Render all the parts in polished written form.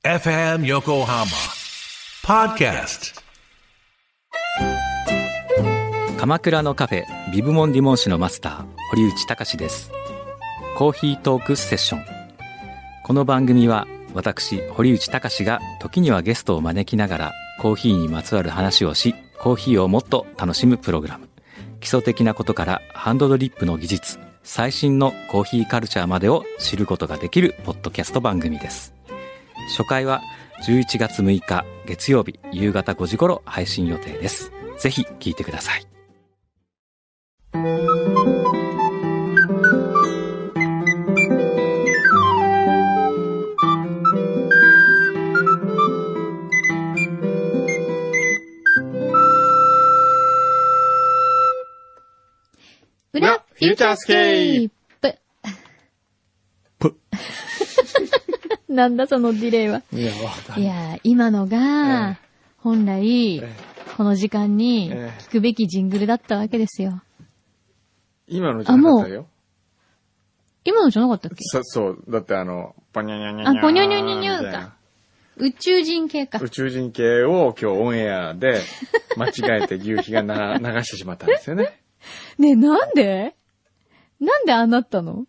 FM Yokohama Podcast。 鎌倉のカフェビブモンディモン市のマスター堀内隆です。コーヒートークセッション。この番組は私堀内隆が時にはゲストを招きながらコーヒーにまつわる話をし、コーヒーをもっと楽しむプログラム。基礎的なことからハンドドリップの技術、最新のコーヒーカルチャーまでを知ることができるポッドキャスト番組です。初回は11月6日月曜日夕方5時頃配信予定です。ぜひ聞いてください。 裏フューチャースケープなんだそのディレイは。いや、今のが、本来、この時間に聞くべきジングルだったわけですよ。 今のじゃなかったよ。 今のじゃなかったっけ？ そう。だってポニョニョニョニョ。 ポニョニョニョニョか。宇宙人系か。 宇宙人系を今日オンエアで間違えて牛皮が流してしまったんですよね。 ねえ、なんでああなったの？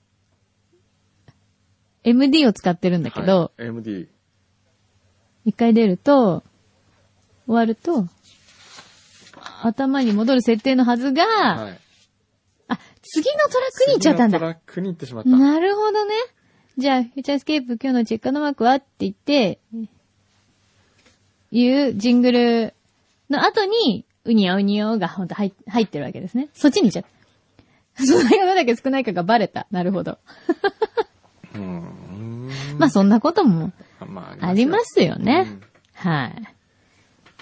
MD を使ってるんだけど、 はい、MD。 一回出ると、終わると、頭に戻る設定のはずが、はい、次のトラックに行っちゃったんだ。 次のトラックに行ってしまった。 なるほどね。じゃあ、フューチャースケープ今日のチェッカーのマークはって言って、いうジングルの後に、うにゃうにゃがほんと入ってるわけですね。そっちに行っちゃった。素材がどれだけ少ないかがバレた。なるほど。まあそんなこともありますよね。はい。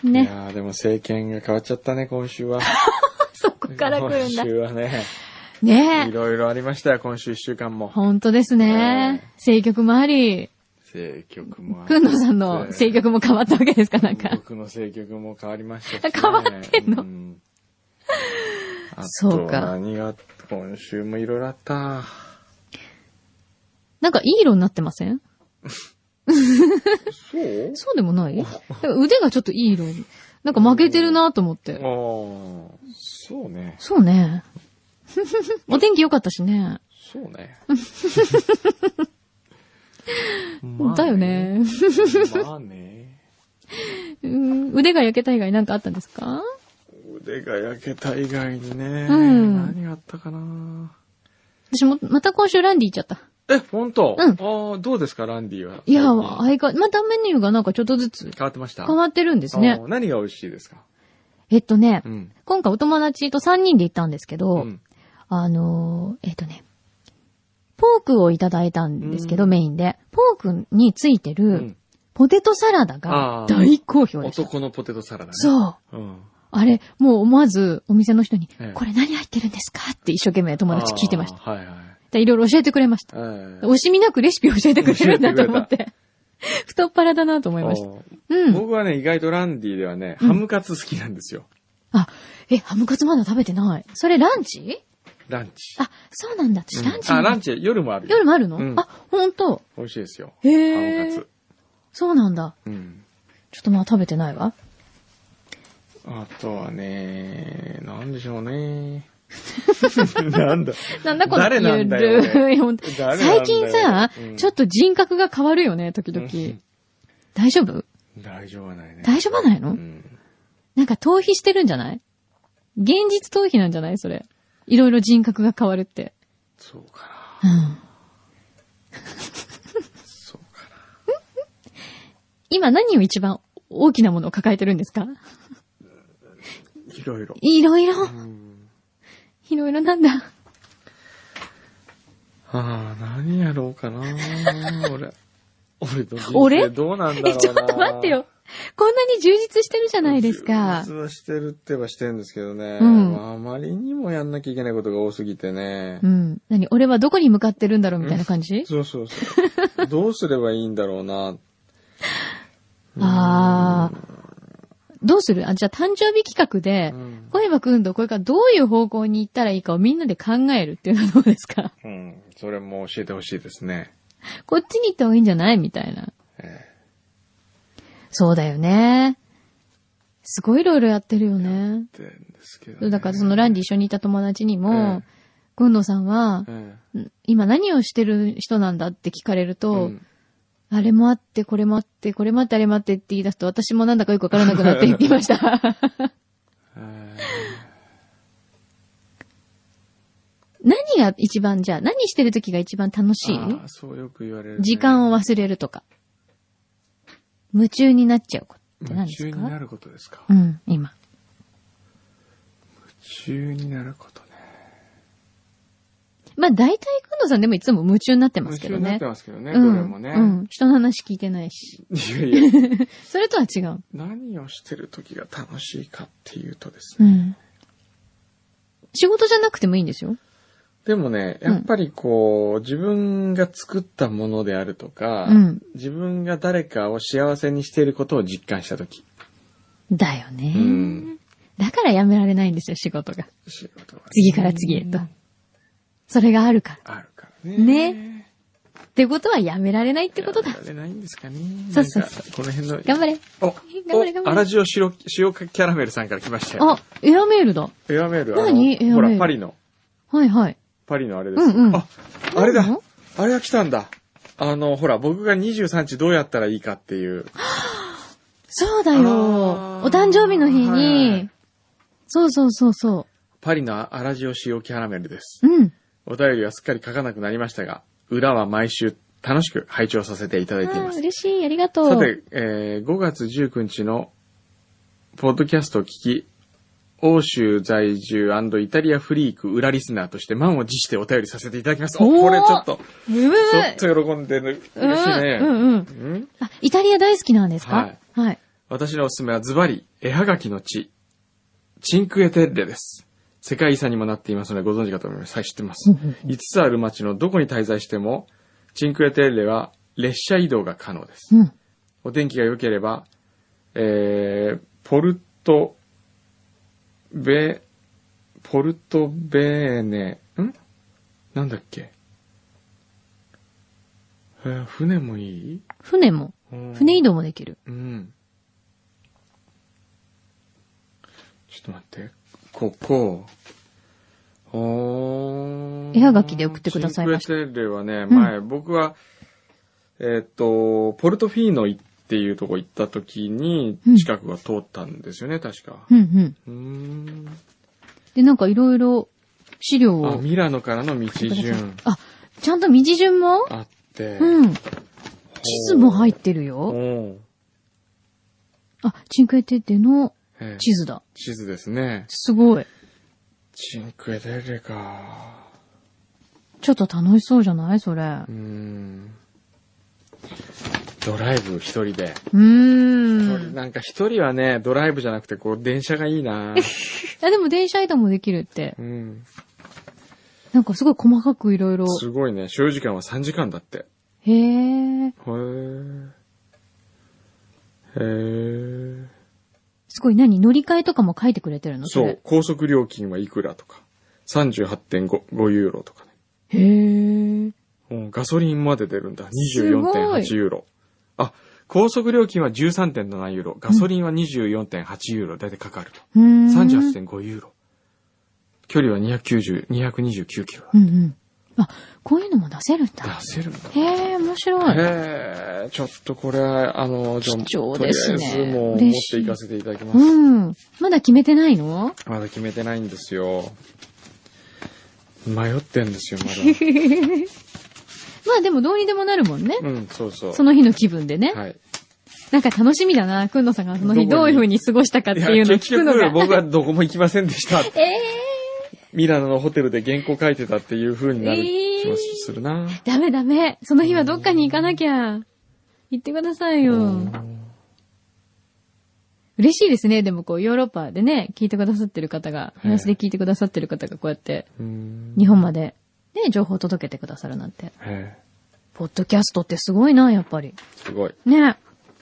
ね。 いやーでも政権が変わっちゃったね、今週は。 そこから来るんだ。 今週はね。 ねえ。 いろいろありましたよ、今週一週間も。 本当ですね。政局もあり。 政局もあり。 くんのさんの政局も変わったわけですか、なんか。 僕の政局も変わりましたし、ね。 変わってんの、そうか。 何が、今週もいろいろあった。 なんかいい色になってません？そうでもない腕がちょっといい色に。なんか負けてるなと思って。 そうね。 そうね。お天気良かったしね。 そうね。 だよね。 まあね。 腕が焼けた以外なんかあったんですか？ 腕が焼けた以外にね。何があったかな。 私もまた今週ランディ行っちゃった。 本当？どうですか、ランディは。 いや、またメニューがなんかちょっとずつ。 変わってました？ 変わってるんですね。 何が美味しいですか？ 今回お友達と3人で行ったんですけど、ポークをいただいたんですけど、メインで。ポークについてるポテトサラダが大好評でした。 男のポテトサラダね。 そう。あれ、もう思わずお店の人に、これ何入ってるんですかって一生懸命友達聞いてました。いろいろ教えてくれました。惜しみなくレシピを教えてくれるんだと思って。太っ腹だなと思いました。 僕はね、意外とランディではね、ハムカツ好きなんですよ。 ハムカツまだ食べてない。それランチ？ ランチ。 そうなんだ。私ランチ。 ランチ、夜もある。 夜もあるの？ほんと。 美味しいですよ。 ハムカツ。 そうなんだ。ちょっとまだ食べてないわ。 あとはね、なんでしょうね。なんだこの誰なんだよ、最近さ、ちょっと人格が変わるよね、時々。大丈夫？ 大丈夫はないね。 大丈夫はないの？なんか逃避してるんじゃない？現実逃避なんじゃないそれ。いろいろ人格が変わるって。 そうかな。そうかな。 今何を一番大きなものを抱えてるんですか？ いろいろ。 いろいろ。いろいろなんだ。 何やろうかな。俺と人生どうなんだろうな。 ちょっと待ってよ。こんなに充実してるじゃないですか。 充実はしてるってはしてるんですけどね。あまりにもやんなきゃいけないことが多すぎてね。 俺はどこに向かってるんだろうみたいな感じ？ そう。どうすればいいんだろうな。 どうする？じゃあ誕生日企画で、小山くんとこれからどういう方向に行ったらいいかをみんなで考えるっていうのはどうですか？ それも教えてほしいですね。 こっちに行った方がいいんじゃないみたいな。 そうだよね。すごいいろいろやってるよね。だからそのランディ一緒にいた友達にも、くんのさんは、今何をしてる人なんだって聞かれると、あれもあって、これもあって、これもあって、あれもあってって言い出すと、私もなんだかよくわからなくなって言っていました。何が一番、じゃあ、何してる時が一番楽しい？ そうよく言われる、 時間を忘れるとか。夢中になっちゃうことって何ですか？ 夢中になることですか？ 今。 夢中になることね。 まあ大体くんのさんでもいつも夢中になってますけどね。 夢中になってますけどね、どれもね。 人の話聞いてないし。 いやいや。 それとは違う。 何をしてる時が楽しいかっていうとですね。 仕事じゃなくてもいいんですよ。 でもね、やっぱりこう、自分が作ったものであるとか、自分が誰かを幸せにしていることを実感したとき。 だよね。だからやめられないんですよ、仕事が。次から次へと。それがあるから。 あるからね。 ね。ってことはやめられないってことだ。 やめられないんですかね。 そうそう。 この辺の。 頑張れ。頑張れ。 アラジオ塩キャラメルさんから来ましたよ。 エアメールだ。 エアメール。 何エアメール。 ほら、パリの。 はいはい。 パリのあれです。あれだ。あれが来たんだ。ほら、僕が23日どうやったらいいかっていう。 そうだよ。お誕生日の日に。そう。 パリのアラジオ塩キャラメルです。お便りはすっかり書かなくなりましたが、裏は毎週楽しく拝聴させていただいています。 嬉しい、ありがとう。 さて、5月19日のポッドキャストを聞き、欧州在住&イタリアフリーク裏リスナーとして満を持してお便りさせていただきます。これちょっと喜んでる。嬉しいね。 イタリア大好きなんですか？はい。 私のおすすめはズバリ、絵はがきの地、チンクエテッレです。世界遺産にもなっていますのでご存知かと思います。はい、知ってます。5つある町のどこに滞在しても、チンクエテッレは列車移動が可能です。お天気が良ければ、ポルトベーネ、なんだっけ？船もいい？ 船移動もできる。 ちょっと待って。ここ。 絵はがきで送ってくださいました。 チンクエテッレはね、前、僕は、ポルトフィーノっていうとこ行った時に、近くが通ったんですよね、確か。 で、なんかいろいろ資料を。 ミラノからの道順。 ちゃんと道順もあって。 地図も入ってるよ。チンクエテッレの地図だ。 地図ですね。 すごい。 チンクエテッレか。 ちょっと楽しそうじゃないそれ。 ドライブ一人で。なんか一人はね、ドライブじゃなくてこう電車がいいな。 でも電車移動もできるって。なんかすごい細かくいろいろ。 すごいね。所要時間は3時間だって。 へえ。すごい乗り換えとかも書いてくれてるの？ そう。高速料金はいくらとか。38.5 ユーロとかね。 へえ。 ガソリンまで出るんだ。24.8 ユーロ。高速料金は 13.7 ユーロ。ガソリンは 24.8 ユーロでかかると。38.5 ユーロ。距離は229キロ。こういうのも出せるんだ。 出せるんだ。 へえ、面白い。 ちょっとこれは、 貴重ですね。 とりあえずもう持っていかせていただきます。 まだ決めてないの？ まだ決めてないんですよ。迷ってんですよ、まだ。 まあでもどうにでもなるもんね。 そう。 その日の気分でね。 はい。 なんか楽しみだな、くんのさんがその日どういう風に過ごしたかっていうのを聞くのが。 結局僕はどこも行きませんでした。ミラノのホテルで原稿書いてたっていう風になる気もするな。 ダメ。その日はどっかに行かなきゃ。行ってくださいよ。嬉しいですね。でもこうヨーロッパでね、聞いてくださってる方が、フランスで聞いてくださってる方がこうやって、日本までね、情報を届けてくださるなんて。ポッドキャストってすごいな、やっぱり。 すごい。 ね。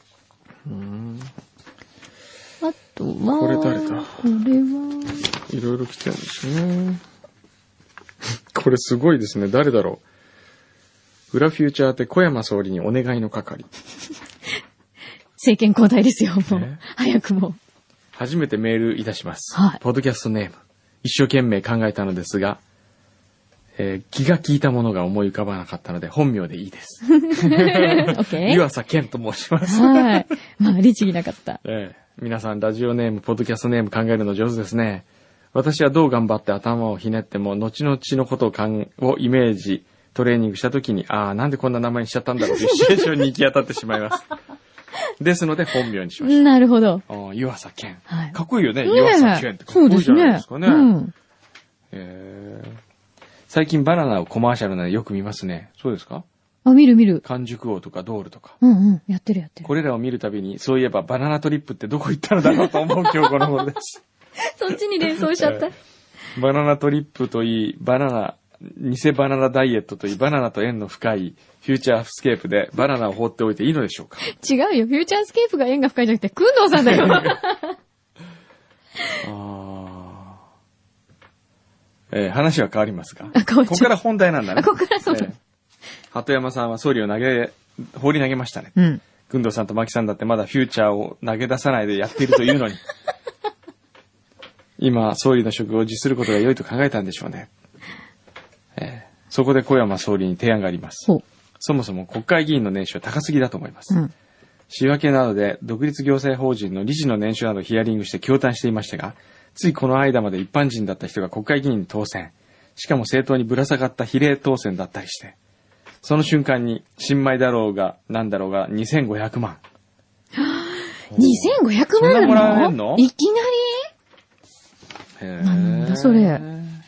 あとは、 これ誰だ？ これは、 いろいろ来てるんですね。これすごいですね。誰だろう。裏フューチャーって小山総理にお願いの係。 政権交代ですよ、もう。早くも。 初めてメールいたします。 はい。 ポッドキャストネーム。一生懸命考えたのですが、気が利いたものが思い浮かばなかったので、本名でいいです。湯浅健と申します。 はい。まあ、律儀なかった。 皆さん、ラジオネーム、ポッドキャストネーム考えるの上手ですね。私はどう頑張って頭をひねっても、後々のことをイメージ、トレーニングしたときに、なんでこんな名前にしちゃったんだろうというシチュエーションに行き当たってしまいます。ですので、本名にしました。 なるほど。 湯浅健。 はい。 かっこいいよね、湯浅健ってかっこいいじゃないですかね。最近バナナをコマーシャルでよく見ますね。そうですか？ 見る。 完熟王とかドールとか。 やってる。 これらを見るたびに、そういえばバナナトリップってどこ行ったのだろうと思う今日この頃です。 そっちに連想しちゃった。 バナナトリップといい、偽バナナダイエットといい、バナナと縁の深いフューチャースケープでバナナを放っておいていいのでしょうか？ 違うよ。フューチャースケープが縁が深いじゃなくて、くんどうさんだよ。 話は変わりますが。 ここから本題なんだね。 ここからそうだ。 鳩山さんは総理を放り投げましたね。くんどうさんとマキさんだってまだフューチャーを投げ出さないでやっているというのに。今、総理の職を辞することが良いと考えたんでしょうね。そこで小山総理に提案があります。そもそも国会議員の年収は高すぎだと思います。仕分けなどで独立行政法人の理事の年収などをヒアリングして驚嘆していましたが、ついこの間まで一般人だった人が国会議員に当選。しかも政党にぶら下がった比例当選だったりして。その瞬間に、新米だろうが、なんだろうが、2500万。 2500万なの？ もらえんの？ いきなり？なんだそれ。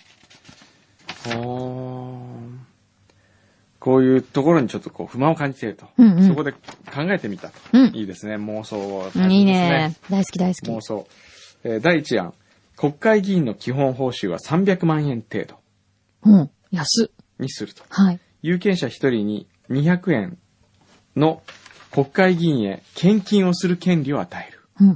こういうところにちょっと不満を感じていると。そこで考えてみたと。いいですね。妄想を、 いいね。大好き。 妄想。第一案。国会議員の基本報酬は300万円程度。 安。 にすると。 はい。 有権者一人に200円の国会議員へ献金をする権利を与える。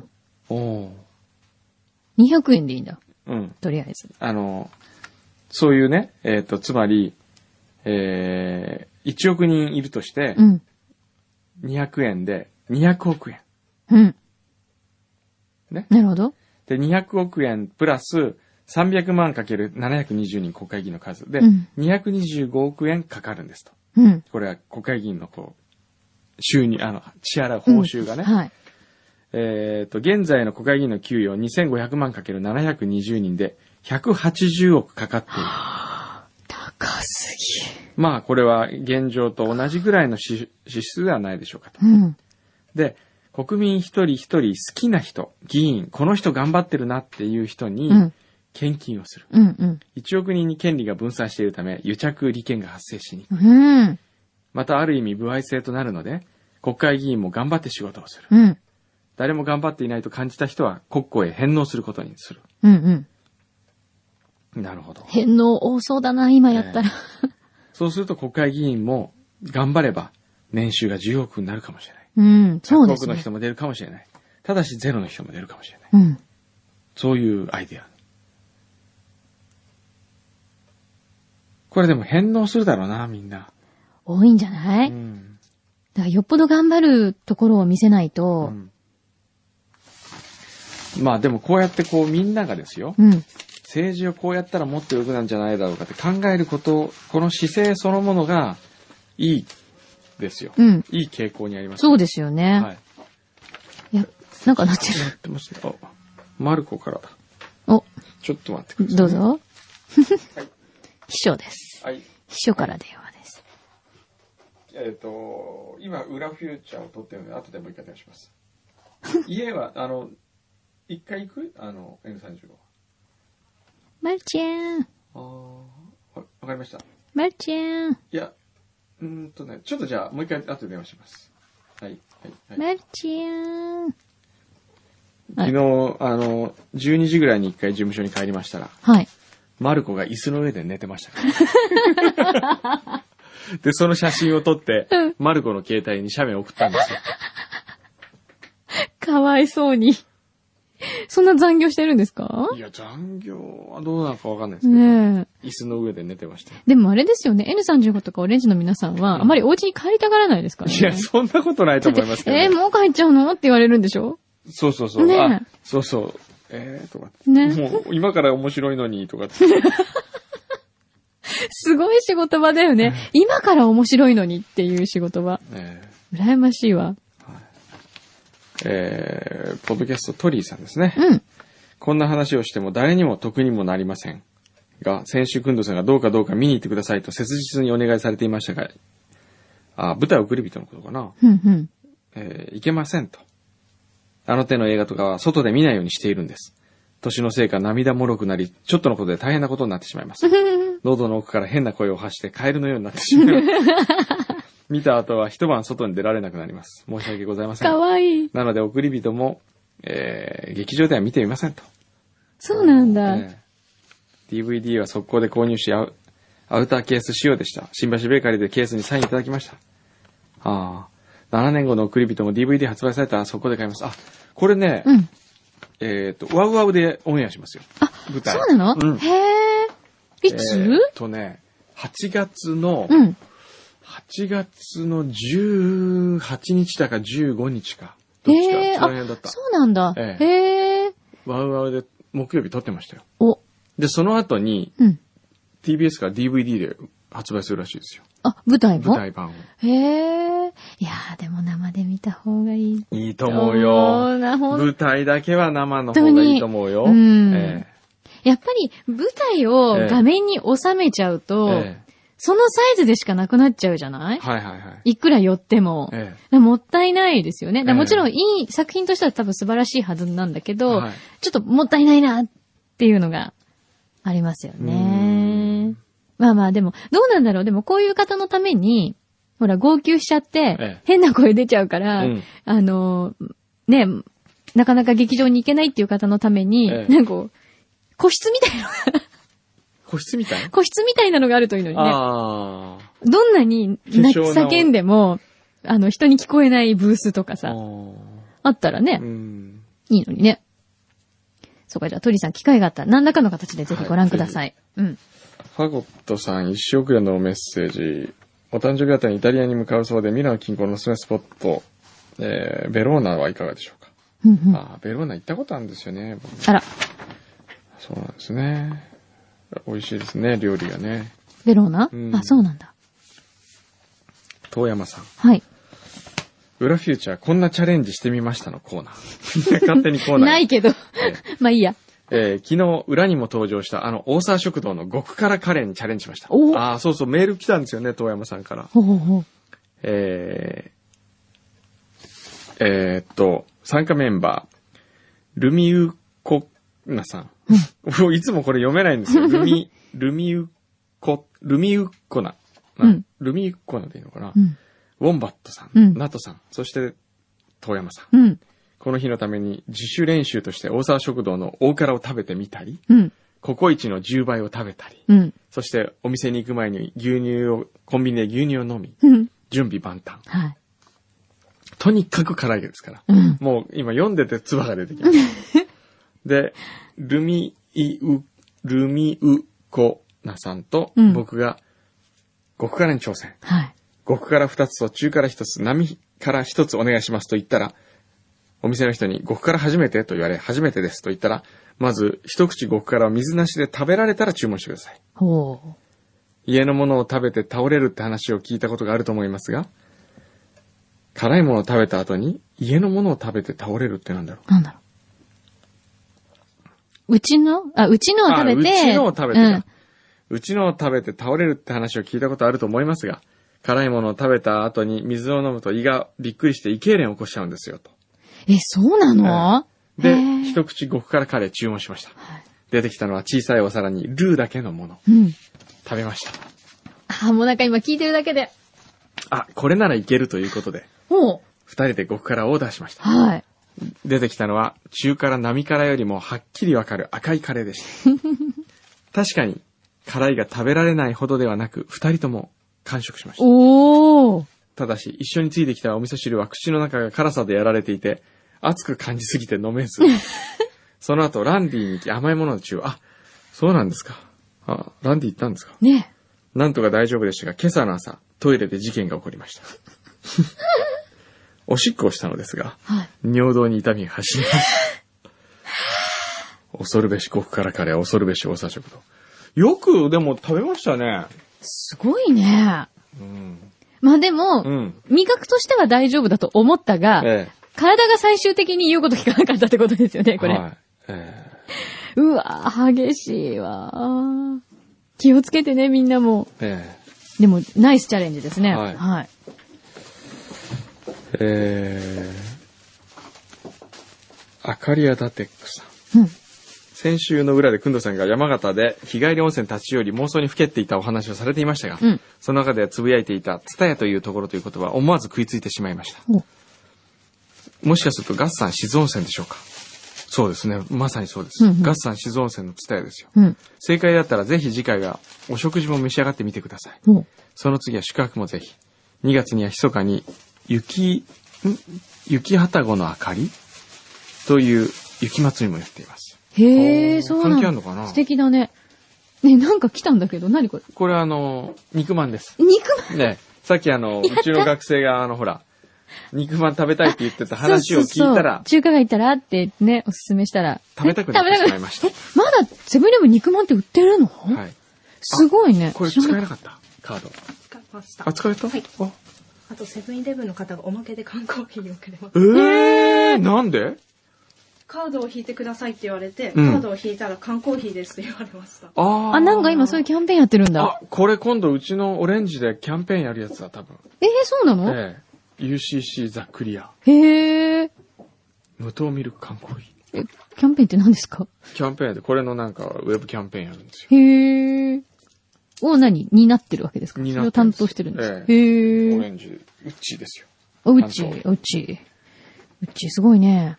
200円でいいんだ。とりあえず。 そういうね、つまり、1億人いるとして、200円で200億円。ね。 なるほど。 で、200億円プラス300万かける720人国会議員の数で、225億円かかるんですと。これは国会議員の収入、支払う報酬がね。はい。現在の国会議員の給与2500万かける720人で180億かかっている。 高すぎ。 まあ、これは現状と同じぐらいの支出ではないでしょうかと。で、国民一人一人好きな人、議員、この人頑張ってるなっていう人に、献金をする。1億人に権利が分散しているため、癒着利権が発生しにくい。また、ある意味、歩合制となるので、国会議員も頑張って仕事をする。誰も頑張っていないと感じた人は、国庫へ返納することにする。なるほど。 返納多そうだな、今やったら。 そうすると国会議員も頑張れば年収が10億になるかもしれない。 そうですね。 100億の人も出るかもしれない。ただしゼロの人も出るかもしれない。そういうアイデア。これでも返納するだろうな、みんな。 多いんじゃない？だからよっぽど頑張るところを見せないと。 まあでもこうやってみんながですよ。政治をこうやったらもっと良くなるんじゃないだろうかって考えること、この姿勢そのものがいいですよ。いい傾向にあります。 そうですよね。はい。いや、なんかなってる。 なってますね。マルコからだ。ちょっと待ってください。 どうぞ。秘書です。 はい。 秘書から電話です。 今、裏フューチャーを取ってるので、後でもう一回電話します。家は、一回行くN35。 まるちゃん。 わかりました。 まるちゃん。 いや、ちょっとじゃあ、もう一回後で電話します。はい。 まるちゃん。 昨日、12時ぐらいに一回事務所に帰りましたら、 はい。 マルコが椅子の上で寝てましたから。で、その写真を撮って、マルコの携帯に写メを送ったんですよ。 かわいそうに。 そんな残業してるんですか？ いや、残業はどうなのかわかんないですけど。 ね椅子の上で寝てましたよ。 でもあれですよね、N35 とかオレンジの皆さんは、あまりお家に帰りたがらないですからね。 いや、そんなことないと思いますけど、ね。 もう帰っちゃうのって言われるんでしょ？ そうそうそう。 ねあ、そうそう。とか。 ね。 もう、今から面白いのに、とかって。 すごい仕事場だよね。今から面白いのにっていう仕事場。羨ましいわ。 ポッドキャストトリーさんですね。 うん。 こんな話をしても誰にも得にもなりませんが、先週くんどさんがどうか見に行ってくださいと切実にお願いされていましたが、舞台送り人のことかな。 うんうん。 いけませんと。あの手の映画とかは外で見ないようにしているんです。年のせいか涙もろくなり、ちょっとのことで大変なことになってしまいます。喉の奥から変な声を発してカエルのようになってしまいます。見た後は一晩外に出られなくなります。申し訳ございません。 かわいい。 なので送り人も、劇場では見てみませんと。 そうなんだ。 DVD は速攻で購入し、アウターケース仕様でした。新橋ベーカリーでケースにサインいただきました。7年後の送り人も DVD 発売されたら速攻で買います。これね、 うん。 ワウワウでオンエアしますよ。舞台。 そうなの？ うん。 へえ。いつ 8月の、 うん。 8月の18日だか15日か。どっちか。その辺だった。 そうなんだ。へえ。 ワウワウで木曜日撮ってましたよ。 お。 で、その後に、 うん。 TBS から DVD で発売するらしいですよ。 舞台も？ 舞台版を。 へえ。いやー、でも生で見た方がいい。 いいと思うよ。舞台だけは生の方がいいと思うよ。 うん。やっぱり舞台を画面に収めちゃうと、そのサイズでしかなくなっちゃうじゃない？ はいはいはい。 いくら寄っても。もったいないですよね。もちろんいい作品としては多分素晴らしいはずなんだけど、ちょっともったいないなっていうのがありますよね。まあまあでも、どうなんだろう。でもこういう方のために、ほら、号泣しちゃって、変な声出ちゃうから、ね、なかなか劇場に行けないっていう方のために、なんか、個室みたいなのが個室みたい？ 個室みたいなのがあるといいのにね。どんなに泣き叫んでも、人に聞こえないブースとかさ、あったらね、いいのにね。そうか、じゃあ、鳥さん機会があったら、何らかの形でぜひご覧ください。うん。ファゴットさん、一生くらいのメッセージ。お誕生日あたりにイタリアに向かうそうで、ミラノ近郊のおすすめスポット、ベローナはいかがでしょうか。ベローナ行ったことあるんですよね。 あら。 そうなんですね。美味しいですね、料理がね。 ベローナ？そうなんだ。 遠山さん。 はい。 裏フューチャー、こんなチャレンジしてみましたのコーナー。勝手にコーナー。 ないけど。まあいいや。 昨日、裏にも登場した、大沢食堂の極辛カレーにチャレンジしました。そうそう、メール来たんですよね、遠山さんから。参加メンバー、ルミウコナさん。いつもこれ読めないんですよ。ルミウコナ。ルミウコナでいいのかな。ウォンバットさん、ナトさん、そして遠山さん。この日のために自主練習として大沢食堂の大辛を食べてみたり、ココイチの10倍を食べたり、そしてお店に行く前にコンビニで牛乳を飲み、準備万端。とにかく辛いですから。もう今読んでて唾が出てきます。で、ルミウコナさんと僕が極辛に挑戦。極辛2つと中辛1つ、並辛1つお願いしますと言ったら、お店の人に極辛初めてと言われ、初めてですと言ったら、まず一口極辛を水なしで食べられたら注文してください。家のものを食べて倒れるって話を聞いたことがあると思いますが、辛いものを食べた後に家のものを食べて倒れるってなんだろう。 なんだろう。うちのを食べて。 うちのを食べてうちのを食べて倒れるって話を聞いたことあると思いますが、辛いものを食べた後に水を飲むと胃がびっくりして胃痙攣を起こしちゃうんですよと。 そうなの？ で、一口極辛カレー注文しました。出てきたのは小さいお皿にルーだけのもの。食べました。 もうなんか今聞いてるだけで。 これならいけるということで。二人で極辛をオーダーしました。出てきたのは中辛並辛よりもはっきりわかる赤いカレーでした。確かに辛いが食べられないほどではなく、二人とも完食しました。ただし、一緒についてきたお味噌汁は口の中が辛さでやられていて、熱く感じすぎて飲めず、 その後、ランディに行き甘いものの中、あ、そうなんですか。あ、ランディ行ったんですか。 ね。 なんとか大丈夫でしたが、今朝の朝、トイレで事件が起こりました。おしっこをしたのですが、 はい、 尿道に痛みが走りました。恐るべし極辛カレー、恐るべし大佐食堂。よく、でも食べましたね。 すごいね。 うん、 まあでも、 うん、 味覚としては大丈夫だと思ったが、体が最終的に言うこと聞かなかったってことですよね、これ。はい、うわぁ、激しいわ。気をつけてね、みんなも。でも、ナイスチャレンジですね。はい。はい、 アカリアダテックさん。うん。先週の裏でくんどさんが山形で日帰り温泉立ち寄り妄想にふけっていたお話をされていましたが、うん、その中でつぶやいていたツタヤというところという言葉は思わず食いついてしまいました。もしかするとガッサン静温泉でしょうか。そうですね。まさにそうです。うんうん、ガッサン静温泉のツタヤですよ、うん。正解だったらぜひ次回はお食事も召し上がってみてください。うん、その次は宿泊もぜひ。2月には密かに雪はたごの明かりという雪祭りもやっています。 へえ、そうなんだ。 関係あるのかな。 素敵だね。ね、なんか来たんだけど、何これ。 これ肉まんです。 肉まんね、さっきうちの学生がほら、肉まん食べたいって言ってた話を聞いたら。 そう中華街行ったらってね、おすすめしたら。 食べたくなってしまいました。 まだセブンイレブン肉まんって売ってるの？はい。すごいね。 これ使えなかったカード。 使いました。 あ、使えた？はい。 あとセブンイレブンの方がおまけで缶コーヒーをくれます。 なんで？ カードを引いてくださいって言われて、カードを引いたら缶コーヒーですって言われました。 あ、なんか今そういうキャンペーンやってるんだ。 あ、これ今度うちのオレンジでキャンペーンやるやつだ、多分。 そうなの ？UCC ザ・クリア。 へえ。 無糖ミルク缶コーヒー。キャンペーンって何ですか？ キャンペーンで、これのなんかウェブキャンペーンやるんですよ。 へえ。になってるわけですか？それを担当してるんですか？へえ。 オレンジ、ウッチーですよ。 ウッチー、すごいね。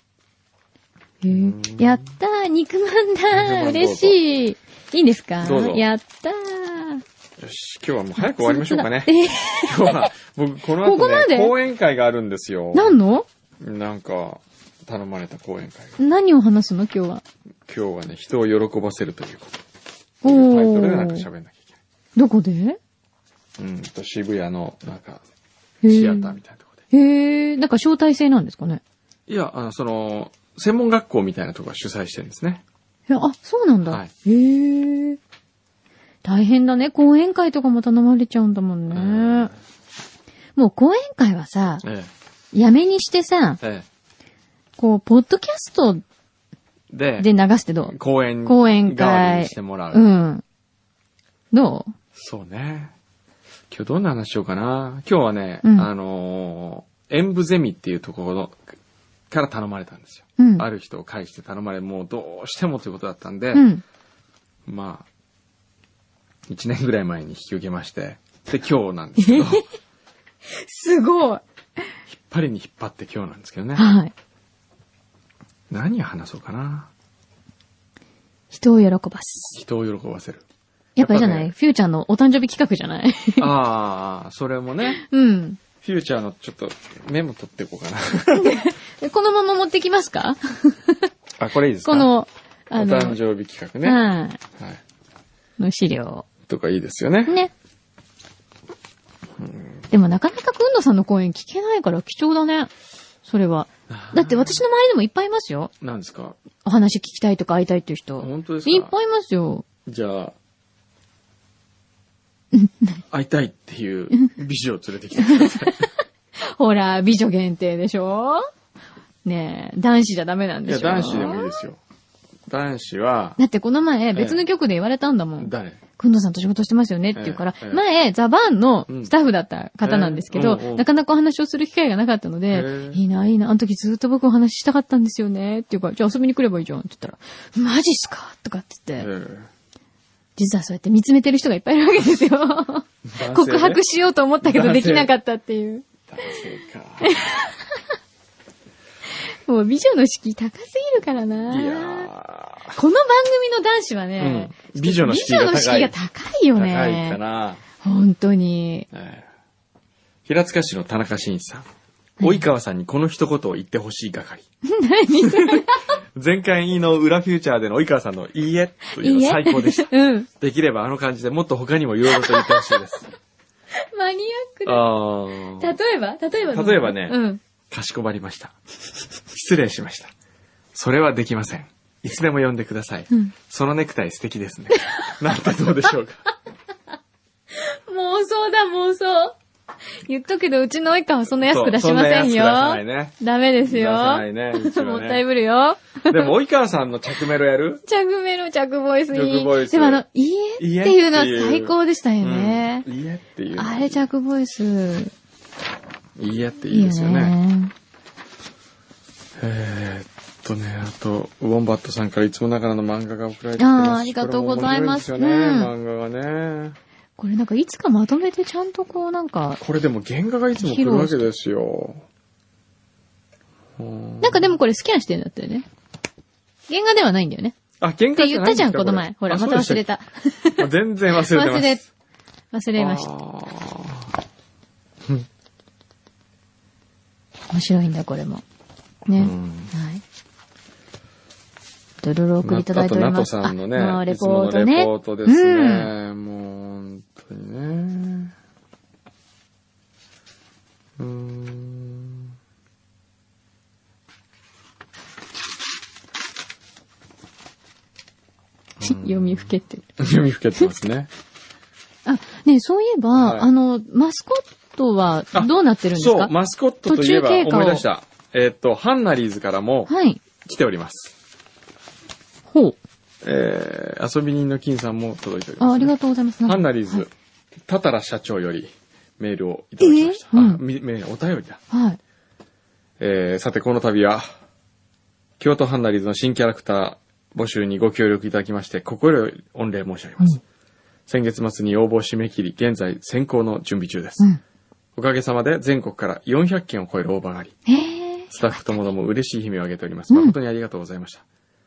やったー、肉まんだー、嬉しい。いいんですか？ どうぞ。 やったー。 よし、今日はもう早く終わりましょうかね。今日は、僕、この後ね、 ここまで講演会があるんですよ。 何の？ なんか、頼まれた講演会が。 何を話すの今日は。 今日はね、人を喜ばせるということ。いうタイトルでなんか喋んなきゃいけない。 どこで？ 渋谷の、なんか、シアターみたいなところで。 へー、なんか招待制なんですかね？ いや、専門学校みたいなところが主催してるんですね。 あ、そうなんだ。はい。へえ。大変だね。講演会とかも頼まれちゃうんだもんね。もう講演会はさ、やめにしてさ、こう、ポッドキャストで流すけど、 講演会にしてもらう。 うん。どう？ そうね。今日どんな話しようかな。今日はね、演舞ゼミっていうところから頼まれたんですよ。ある人を介して頼まれ、もうどうしてもということだったんで、まあ、1年ぐらい前に引き受けまして、で、今日なんですけど。 すごい。 引っ張りに引っ張って今日なんですけどね。 はい。 何を話そうかな。 人を喜ばす。 人を喜ばせる。 やっぱりじゃない、フューチャーのお誕生日企画じゃないああ、それもね。 うん。 フューチャーのちょっとメモ取っていこうかな。このまま持ってきますか？ あ、これいいですか？ お誕生日企画ね。 はい。の資料。 とかいいですよね。 ね。でもなかなかくんどさんの講演聞けないから貴重だね。それは。だって私の周りでもいっぱいいますよ。 何ですか？ お話聞きたいとか会いたいっていう人。 本当ですか？ いっぱいいますよ。 じゃあ、会いたいっていう美女を連れてきてください。 ほら、美女限定でしょ？ねえ、男子じゃダメなんでしょ？ いや、男子でもいいですよ。男子は。 だってこの前、別の局で言われたんだもん。 誰？ くんどさんと仕事してますよねって言うから、前、ザバーンのスタッフだった方なんですけど、なかなかお話をする機会がなかったので、いいな、いいな、あの時ずっと僕お話ししたかったんですよねっていうから、じゃあ遊びに来ればいいじゃんって言ったら、マジっすかとかって言って、実はそうやって見つめてる人がいっぱいいるわけですよ。告白しようと思ったけどできなかったっていう。 男性か。 もう美女の敷居高すぎるからな。 いやこの番組の男子はね、 美女の敷居が高いよね。 高いかな。 本当に。 平塚市の田中真一さん。 及川さんにこの一言を言ってほしい係。 何それ前回の裏フューチャーでの及川さんのいいえというの最高でした。 うん。 できればあの感じでもっと他にもいろいろと言ってほしいです。 マニアックだ。例えばね、うん。 かしこまりました。失礼しました。それはできません。いつでも呼んでください。うん、そのネクタイ素敵ですね。なんてどうでしょうか。 妄想だ、妄想。言っとくけど、うちの及川はそんな安く出しませんよ。 そんな安く出さないね。 ダメですよ。 出さないね。うちはね、 もったいぶるよ。 でも、及川さんの着メロやる？ 着メロ、着ボイスいい。でもいいえっていうのは最高でしたよね。 いいえっていう。 あれ着ボイス。 いいえっていいですよね。あと、ウォンバットさんからいつもながらの漫画が送られてきてます。 ありがとうございます。 面白いですよね、漫画がね。 これなんかいつかまとめてちゃんとこうなんか。 これでも原画がいつも来るわけですよ。 なんかでもこれスキャンしてんだったよね。原画ではないんだよね。 あ、原画って言ったじゃん、この前。ほら、また忘れた。 全然忘れてます。 忘れました。面白いんだ、これも。ね。はい。ドロロ送りいただいております。 あと、ナトさんのね、 レポートね。 レポートですね。もう、本当にね。 読みふけてる。 読みふけてますね。 あ、ね、そういえば、マスコットはどうなってるんですか？ そう、マスコットといえば思い出した。ハンナリーズからも来ております。 ほう。 遊び人の金さんも届いております、ね。 ありがとうございます。 ハンナリーズ、タタラ社長よりメールをいただきました。お便りだ。 はい。 さて、この度は、京都ハンナリーズの新キャラクター募集にご協力いただきまして、心より御礼申し上げます。先月末に応募締め切り、現在選考の準備中です。おかげさまで全国から400件を超える応募があり、スタッフともども嬉しい悲鳴を上げております。誠にありがとうございました。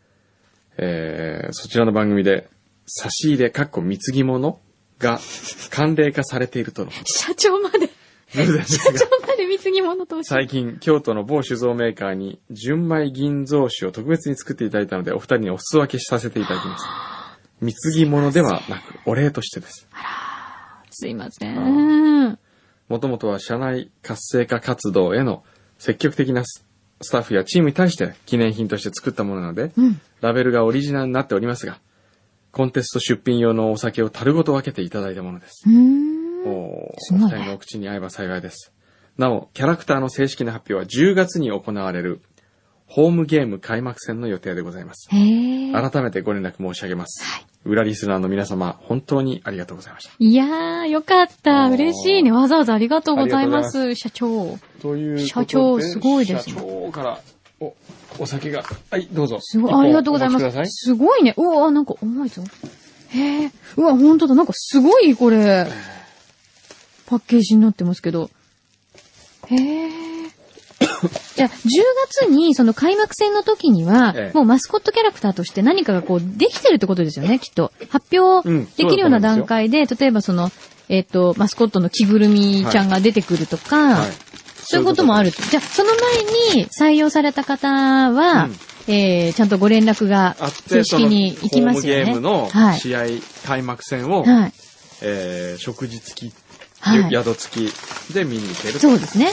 そちらの番組で、差し入れ、貢ぎ物が慣例化されているとの。 社長まで。社長まで貢ぎ物と最近、京都の某酒造メーカーに、純米銀蔵酒を特別に作っていただいたので、お二人にお裾分けさせていただきます。貢ぎ物ではなく、お礼としてです。 すいません。 もともとは社内活性化活動への積極的なスタッフやチームに対して記念品として作ったものなので、ラベルがオリジナルになっておりますが、コンテスト出品用のお酒を樽ごと分けていただいたものです。お二人のお口に合えば幸いです。なお、キャラクターの正式な発表は10月に行われるホームゲーム開幕戦の予定でございます。改めてご連絡申し上げます。裏リスナーの皆様、本当にありがとうございました。 いやー、よかった。嬉しいね。わざわざありがとうございます、社長。 ということで、 社長、すごいですね。 社長から、お酒が、はい、どうぞ。 すごい、ありがとうございます。すごいね。うわ、なんか重いぞ。へえ。うわ、ほんとだ。なんかすごい、これ、パッケージになってますけど。へえ。じゃあ、10月に、その開幕戦の時には、もうマスコットキャラクターとして何かがこう、できてるってことですよね、きっと。発表できるような段階で、例えばその、マスコットの着ぐるみちゃんが出てくるとか、そういうこともあると。じゃあ、その前に採用された方は、ちゃんとご連絡が正式に行きますよね。 ホームゲームの試合、開幕戦を、食事付き、宿付きで見に行ける。 そうですね。はい。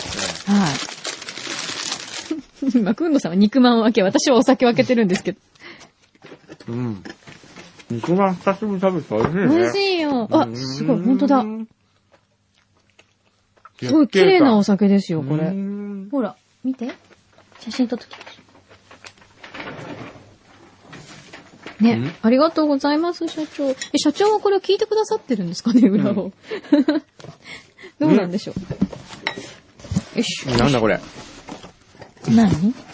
今、くんのさんは肉まんを分け、私はお酒を開けてるんですけど。 肉まん久しぶりに食べて美味しいね。 美味しいよ。あ、すごい、ほんとだ。すごい綺麗なお酒ですよ、これ。ほら、見て。写真撮っときましょう。ね、ありがとうございます、社長。社長はこれを聞いてくださってるんですかね、裏を。どうなんでしょう。よし。 なんだこれ。 何？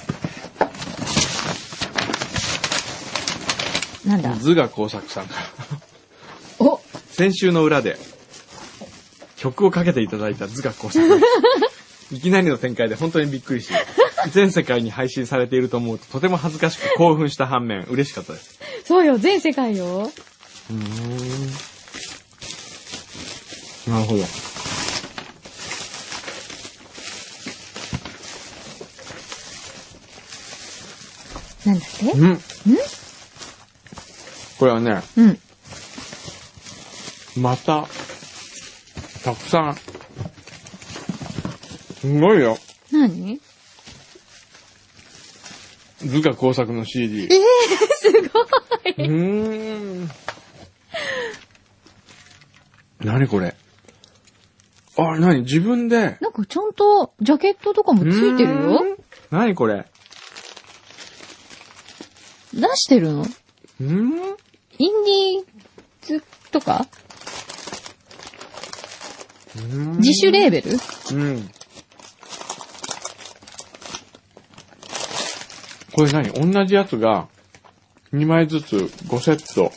なんだ？ 図画工作さんから。 お！ 先週の裏で曲をかけていただいた図画工作。いきなりの展開で本当にびっくりし、全世界に配信されていると思うととても恥ずかしく興奮した反面嬉しかったです。 そうよ、全世界よ。 なるほど。 なんだって？ これはね、 うん。 また、たくさん、すごいよ。 何？ 図画工作の CD。 すごい。 何これ。あ、何自分で。 なんかちゃんとジャケットとかもついてるよ。 何これ。 出してるの？インディーズとか？自主レーベル？ これ何？同じやつが2枚ずつ5セット。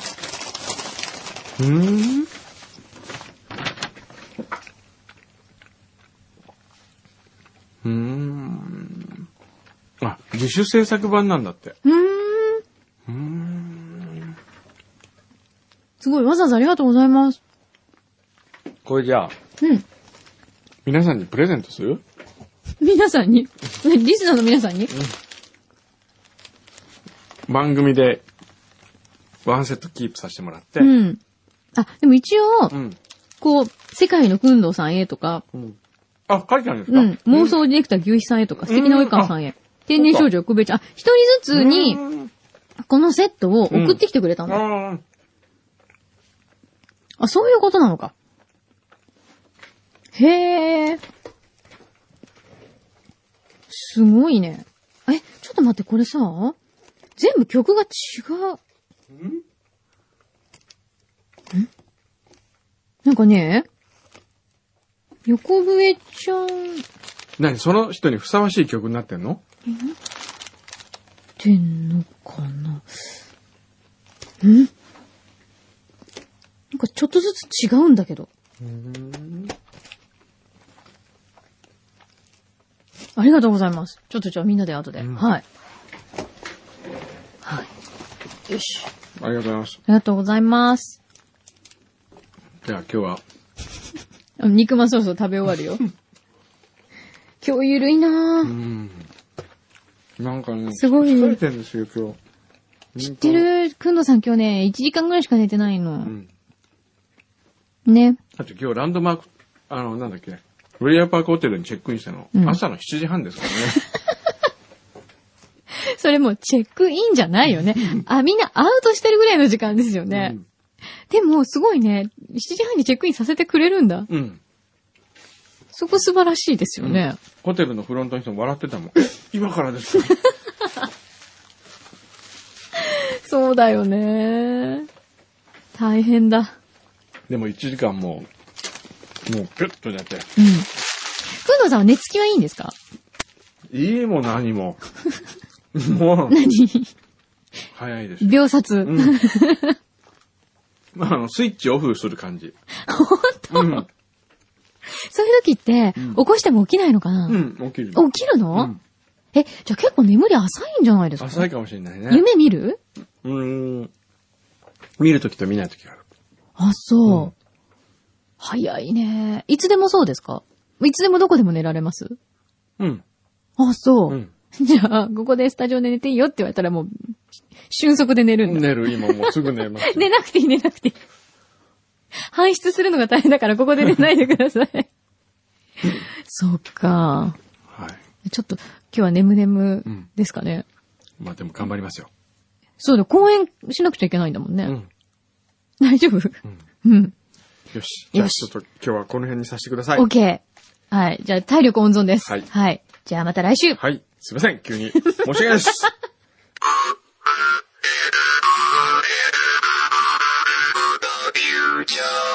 あ、自主制作版なんだって。 すごい、わざわざありがとうございます。 これじゃあ、皆さんにプレゼントする？ 皆さんに？リスナーの皆さんに？ 番組でワンセットキープさせてもらって。 あ、でも一応、こう、世界のくんどうさんへとか、 あ、書いてあるんですか？ 妄想ディレクター牛肥さんへとか、素敵な及川さんへ、天然少女奥部ちゃん、一人ずつに、このセットを送ってきてくれたの。あ、そういうことなのか。へえ。すごいね。ちょっと待って、これさ、全部曲が違う。なんかね、横笛ちゃん。 何その人にふさわしい曲になってんの？ ってんのかな。なんかちょっとずつ違うんだけど。ありがとうございます。ちょっとじゃあみんなで後で。はい。はい。よし。 ありがとうございます。 ありがとうございます。 じゃあ今日は。 肉まんそろそろ食べ終わるよ。今日ゆるいなぁ。 なんかね、 すごい。 疲れてるんですよ、今日。 知ってる？くんどさん今日ね、1時間ぐらいしか寝てないの。ね。 あと今日ランドマーク、なんだっけ、ウェイヤーパークホテルにチェックインしたの、朝の7時半ですからね。 それもうチェックインじゃないよね。みんなアウトしてるぐらいの時間ですよね。でも、すごいね、7時半にチェックインさせてくれるんだ。そこ素晴らしいですよね。 ホテルのフロントの人も笑ってたもん。今からですか？ そうだよね。大変だ。 でも1時間もうピュッと寝て。くんどうさんは寝つきはいいんですか？ いいも何も。もう。 何？ 早いです。 秒殺。 スイッチオフする感じ。 本当？そういう時って、起こしても起きないのかな？ 起きる。 起きるの？じゃあ結構眠り浅いんじゃないですか？ 浅いかもしれないね。 夢見る？ 見る時と見ない時がある。 あ、そう。早いね。いつでもそうですか？いつでもどこでも寝られます？あ、そう。じゃあ、ここでスタジオで寝ていいよって言われたらもう、瞬足で寝るんだ。 寝る、今もうすぐ寝ます。 寝なくていい。搬出するのが大変だからここで寝ないでください。そっか。 はい。 ちょっと、今日は眠々ですかね。 まあでも頑張りますよ。 そうだ、公演しなくちゃいけないんだもんね。大丈夫？ よし。じゃあちょっと今日はこの辺にさせてください。 OK。はい。じゃあ体力温存です。 はい。 はい。じゃあまた来週。 はい。すいません。急に。申し訳ないです。Future